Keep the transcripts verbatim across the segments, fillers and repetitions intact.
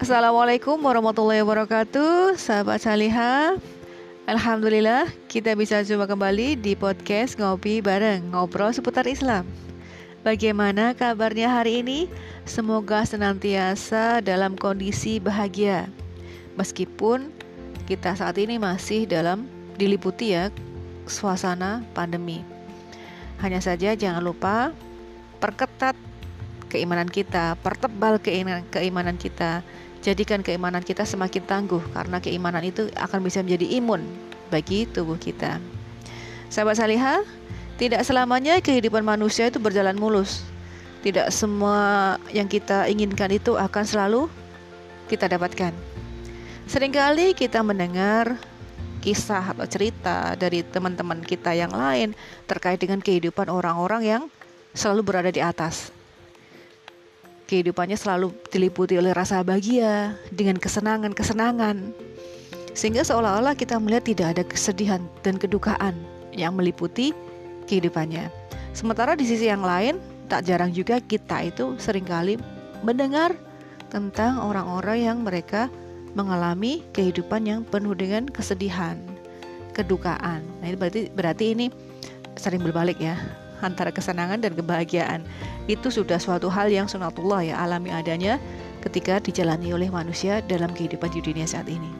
Assalamualaikum warahmatullahi wabarakatuh, sahabat Salihah. Alhamdulillah kita bisa jumpa kembali di podcast Ngopi Bareng, ngobrol seputar Islam. Bagaimana kabarnya hari ini? Semoga senantiasa dalam kondisi bahagia. Meskipun kita saat ini masih dalam diliputi ya suasana pandemi. Hanya saja jangan lupa perketat keimanan kita, pertebal keimanan, keimanan kita. Jadikan keimanan kita semakin tangguh, karena keimanan itu akan bisa menjadi imun bagi tubuh kita. Sahabat Salihah, tidak selamanya kehidupan manusia itu berjalan mulus. Tidak semua yang kita inginkan itu akan selalu kita dapatkan. Seringkali kita mendengar kisah atau cerita dari teman-teman kita yang lain terkait dengan kehidupan orang-orang yang selalu berada di atas. Kehidupannya selalu diliputi oleh rasa bahagia dengan kesenangan-kesenangan, sehingga seolah-olah kita melihat tidak ada kesedihan dan kedukaan yang meliputi kehidupannya. Sementara di sisi yang lain, tak jarang juga kita itu seringkali mendengar tentang orang-orang yang mereka mengalami kehidupan yang penuh dengan kesedihan, kedukaan. Nah, ini berarti berarti ini sering berbalik ya, antara kesenangan dan kebahagiaan. Itu sudah suatu hal yang sunatullah ya, alami adanya ketika dijalani oleh manusia dalam kehidupan di dunia saat ini.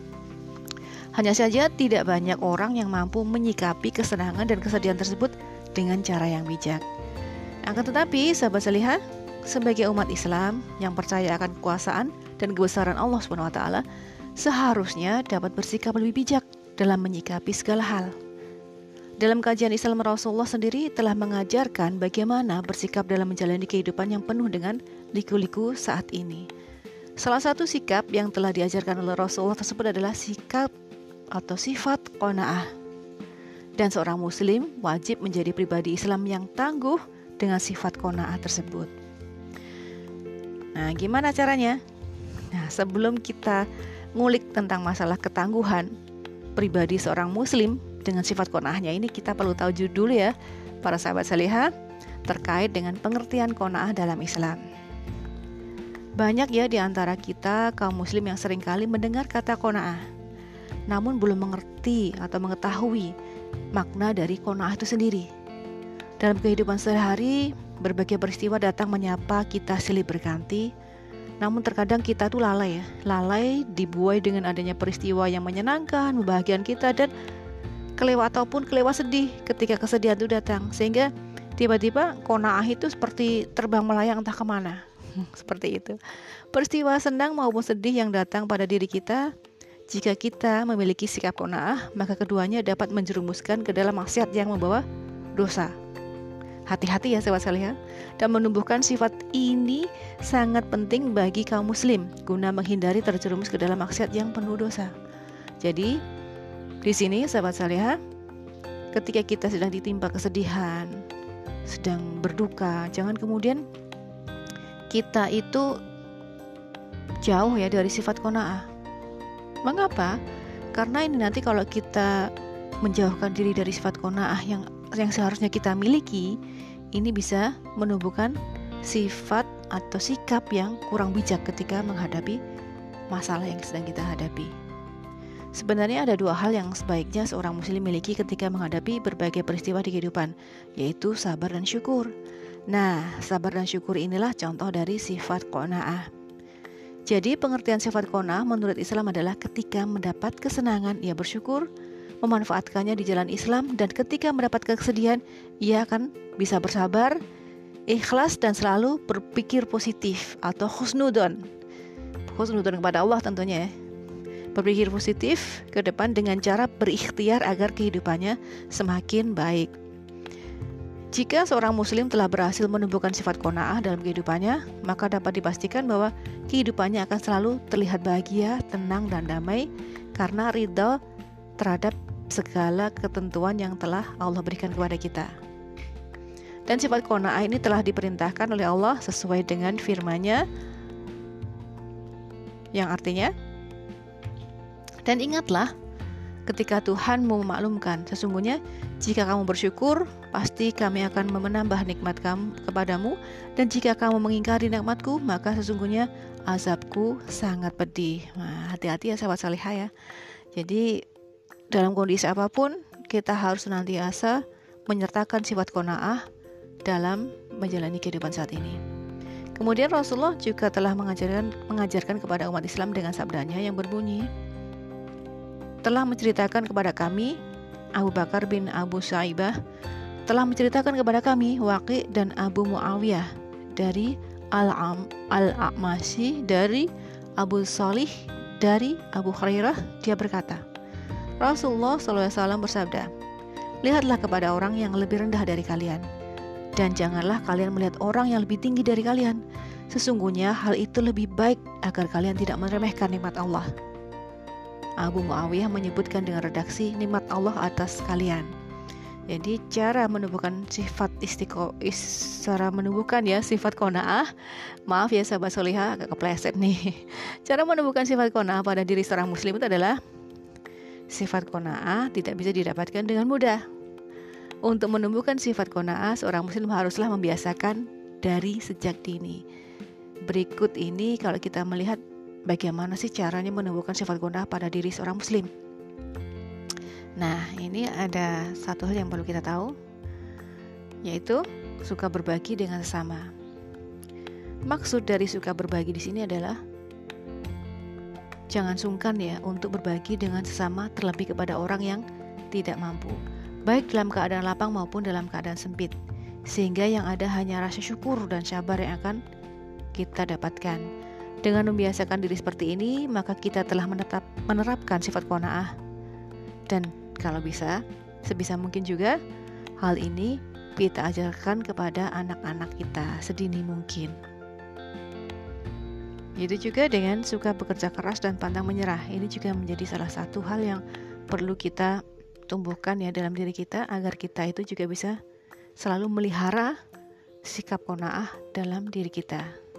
Hanya saja tidak banyak orang yang mampu menyikapi kesenangan dan kesedihan tersebut dengan cara yang bijak. Akan tetapi sahabat Salihah, sebagai umat Islam yang percaya akan kekuasaan dan kebesaran Allah subhanahu wa taala, seharusnya dapat bersikap lebih bijak dalam menyikapi segala hal. Dalam kajian Islam, Rasulullah sendiri telah mengajarkan bagaimana bersikap dalam menjalani kehidupan yang penuh dengan liku-liku saat ini. Salah satu sikap yang telah diajarkan oleh Rasulullah tersebut adalah sikap atau sifat qanaah. Dan seorang muslim wajib menjadi pribadi Islam yang tangguh dengan sifat qanaah tersebut. Nah, gimana caranya? Nah, sebelum kita ngulik tentang masalah ketangguhan pribadi seorang muslim dengan sifat qanaahnya ini, kita perlu tahu judul ya para sahabat Salihah terkait dengan pengertian qanaah dalam Islam. Banyak ya di antara kita kaum muslim yang seringkali mendengar kata qanaah, namun belum mengerti atau mengetahui makna dari qanaah itu sendiri. Dalam kehidupan sehari-hari, berbagai peristiwa datang menyapa kita silih berganti, namun terkadang kita tuh lalai ya, lalai dibuai dengan adanya peristiwa yang menyenangkan, membahagiakan kita, dan kelewat ataupun kelewat sedih ketika kesedihan itu datang, sehingga tiba-tiba qanaah itu seperti terbang melayang entah kemana. Seperti itu. Peristiwa senang maupun sedih yang datang pada diri kita, jika kita memiliki sikap qanaah, maka keduanya dapat menjerumuskan ke dalam maksiat yang membawa dosa. Hati-hati ya sahabat Salihah, dan menumbuhkan sifat ini sangat penting bagi kaum muslim guna menghindari terjerumus ke dalam maksiat yang penuh dosa. Jadi di sini sahabat Salihah, ketika kita sedang ditimpa kesedihan, sedang berduka, jangan kemudian kita itu jauh ya dari sifat qanaah. Mengapa? Karena ini nanti kalau kita menjauhkan diri dari sifat qanaah yang yang seharusnya kita miliki, ini bisa menumbuhkan sifat atau sikap yang kurang bijak ketika menghadapi masalah yang sedang kita hadapi. Sebenarnya ada dua hal yang sebaiknya seorang muslim miliki ketika menghadapi berbagai peristiwa di kehidupan, yaitu sabar dan syukur. Nah, sabar dan syukur inilah contoh dari sifat qanaah. Jadi pengertian sifat qanaah menurut Islam adalah ketika mendapat kesenangan, ia bersyukur, memanfaatkannya di jalan Islam, dan ketika mendapat kesedihan, ia akan bisa bersabar, ikhlas, dan selalu berpikir positif atau husnudon. Husnudon kepada Allah tentunya ya. Berpikir positif ke depan dengan cara berikhtiar agar kehidupannya semakin baik. Jika seorang muslim telah berhasil menumbuhkan sifat qanaah dalam kehidupannya, maka dapat dipastikan bahwa kehidupannya akan selalu terlihat bahagia, tenang, dan damai karena ridha terhadap segala ketentuan yang telah Allah berikan kepada kita. Dan sifat qanaah ini telah diperintahkan oleh Allah sesuai dengan firman-Nya, yang artinya, dan ingatlah ketika Tuhanmu memaklumkan, sesungguhnya jika kamu bersyukur pasti kami akan menambah nikmat kamu kepadamu, dan jika kamu mengingkari nikmatku, maka sesungguhnya azabku sangat pedih. Nah, hati-hati ya sahabat salihah ya. Jadi dalam kondisi apapun kita harus senantiasa menyertakan sifat qanaah dalam menjalani kehidupan saat ini. Kemudian Rasulullah juga telah mengajarkan mengajarkan kepada umat Islam dengan sabdanya yang berbunyi, telah menceritakan kepada kami Abu Bakar bin Abu Syaibah, telah menceritakan kepada kami Waqi dan Abu Muawiyah dari Al-Am Al-A'mashi dari Abu Salih dari Abu Hurairah, dia berkata, Rasulullah shallallahu alaihi wasallam bersabda, lihatlah kepada orang yang lebih rendah dari kalian, dan janganlah kalian melihat orang yang lebih tinggi dari kalian. Sesungguhnya hal itu lebih baik agar kalian tidak meremehkan nikmat Allah. Abu Muawiyah menyebutkan dengan redaksi nikmat Allah atas kalian. Jadi cara menumbuhkan sifat istiqo, is, cara menumbuhkan ya sifat qanaah. Maaf ya sahabat solihah, agak kepleset nih. Cara menumbuhkan sifat qanaah pada diri seorang muslim itu adalah sifat qanaah tidak bisa didapatkan dengan mudah. Untuk menumbuhkan sifat qanaah, seorang muslim haruslah membiasakan dari sejak dini. Berikut ini kalau kita melihat bagaimana sih caranya menumbuhkan sifat qanaah pada diri seorang muslim. Nah, ini ada satu hal yang perlu kita tahu, yaitu suka berbagi dengan sesama. Maksud dari suka berbagi di sini adalah jangan sungkan ya untuk berbagi dengan sesama, terlebih kepada orang yang tidak mampu, baik dalam keadaan lapang maupun dalam keadaan sempit, sehingga yang ada hanya rasa syukur dan sabar yang akan kita dapatkan. Dengan membiasakan diri seperti ini, maka kita telah menetap, menerapkan sifat qanaah. Dan kalau bisa, sebisa mungkin juga hal ini kita ajarkan kepada anak-anak kita sedini mungkin. Itu juga dengan suka bekerja keras dan pantang menyerah. Ini juga menjadi salah satu hal yang perlu kita tumbuhkan ya dalam diri kita, agar kita itu juga bisa selalu melihara sikap qanaah dalam diri kita.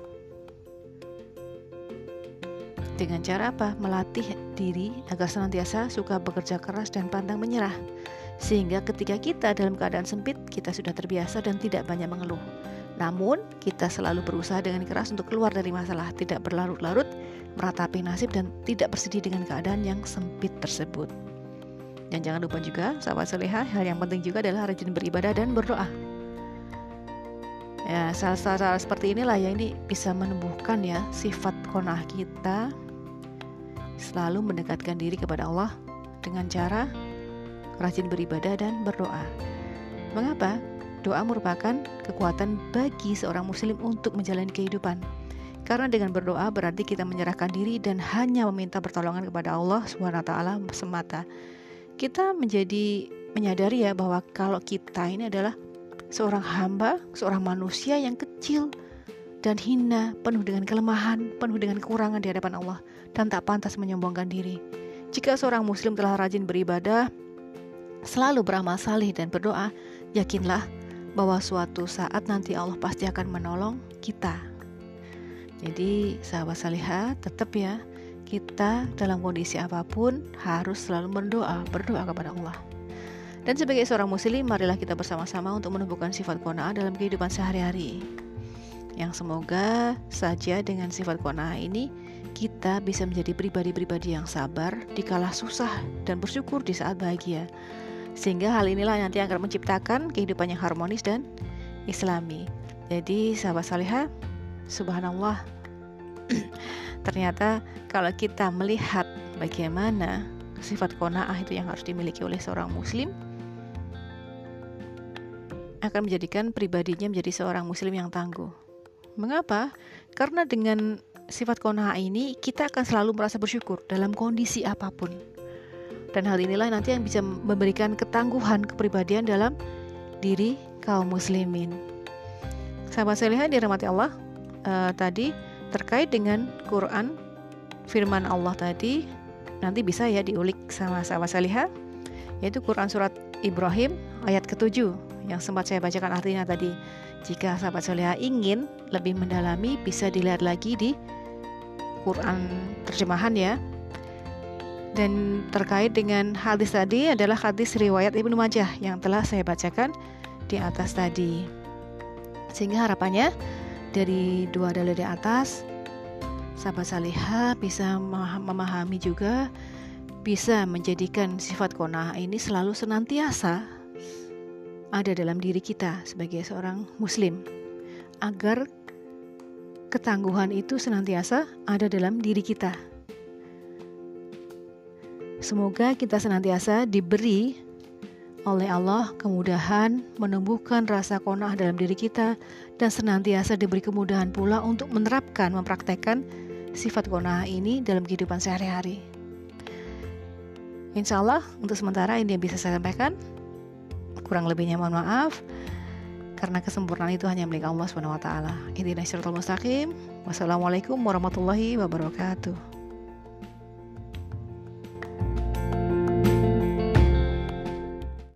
Dengan cara apa? Melatih diri agar senantiasa suka bekerja keras dan pantang menyerah, sehingga ketika kita dalam keadaan sempit, kita sudah terbiasa dan tidak banyak mengeluh. Namun kita selalu berusaha dengan keras untuk keluar dari masalah, tidak berlarut-larut meratapi nasib dan tidak bersedih dengan keadaan yang sempit tersebut. Dan jangan lupa juga sahabat salihah, hal yang penting juga adalah rajin beribadah dan berdoa. Ya, cara-cara seperti inilah yang ini bisa menumbuhkan ya sifat qanaah kita, selalu mendekatkan diri kepada Allah dengan cara rajin beribadah dan berdoa. Mengapa? Doa merupakan kekuatan bagi seorang muslim untuk menjalani kehidupan. Karena dengan berdoa berarti kita menyerahkan diri dan hanya meminta pertolongan kepada Allah subhanahu wa taala semata. Kita menjadi menyadari ya bahwa kalau kita ini adalah seorang hamba, seorang manusia yang kecil dan hina, penuh dengan kelemahan, penuh dengan kekurangan di hadapan Allah, dan tak pantas menyombongkan diri. Jika seorang muslim telah rajin beribadah, selalu beramal salih dan berdoa, yakinlah bahwa suatu saat nanti Allah pasti akan menolong kita. Jadi sahabat salihah, tetap ya kita dalam kondisi apapun harus selalu berdoa, berdoa kepada Allah. Dan sebagai seorang muslim, marilah kita bersama-sama untuk menumbuhkan sifat qanaah dalam kehidupan sehari-hari. Yang semoga saja dengan sifat qanaah ini kita bisa menjadi pribadi-pribadi yang sabar di kala susah dan bersyukur di saat bahagia. Sehingga hal inilah nanti akan menciptakan kehidupan yang harmonis dan islami. Jadi sahabat salihah, subhanallah, ternyata kalau kita melihat bagaimana sifat qanaah itu yang harus dimiliki oleh seorang muslim, akan menjadikan pribadinya menjadi seorang muslim yang tangguh. Mengapa? Karena dengan sifat qanaah ini kita akan selalu merasa bersyukur dalam kondisi apapun. Dan hal inilah nanti yang bisa memberikan ketangguhan kepribadian dalam diri kaum muslimin. Sahabat salihah dirahmati Allah, uh, tadi terkait dengan Quran, firman Allah tadi nanti bisa ya diulik sama sahabat salihah, yaitu Quran surat Ibrahim ayat ketujuh yang sempat saya bacakan artinya tadi. Jika sahabat salihah ingin lebih mendalami, bisa dilihat lagi di Quran terjemahan ya. Dan terkait dengan hadis tadi adalah hadis riwayat Ibnu Majah yang telah saya bacakan di atas tadi. Sehingga harapannya dari dua dalil di atas, sahabat salihah bisa memahami juga, bisa menjadikan sifat qanaah ini selalu senantiasa ada dalam diri kita sebagai seorang muslim, agar ketangguhan itu senantiasa ada dalam diri kita. Semoga kita senantiasa diberi oleh Allah kemudahan menumbuhkan rasa qanaah dalam diri kita, dan senantiasa diberi kemudahan pula untuk menerapkan, mempraktekkan sifat qanaah ini dalam kehidupan sehari-hari. Insya Allah untuk sementara ini yang bisa saya sampaikan. Kurang lebihnya mohon maaf, karena kesempurnaan itu hanya milik Allah subhanahu wa taala. Ihdinas siratal mustaqim. Wassalamualaikum warahmatullahi wabarakatuh.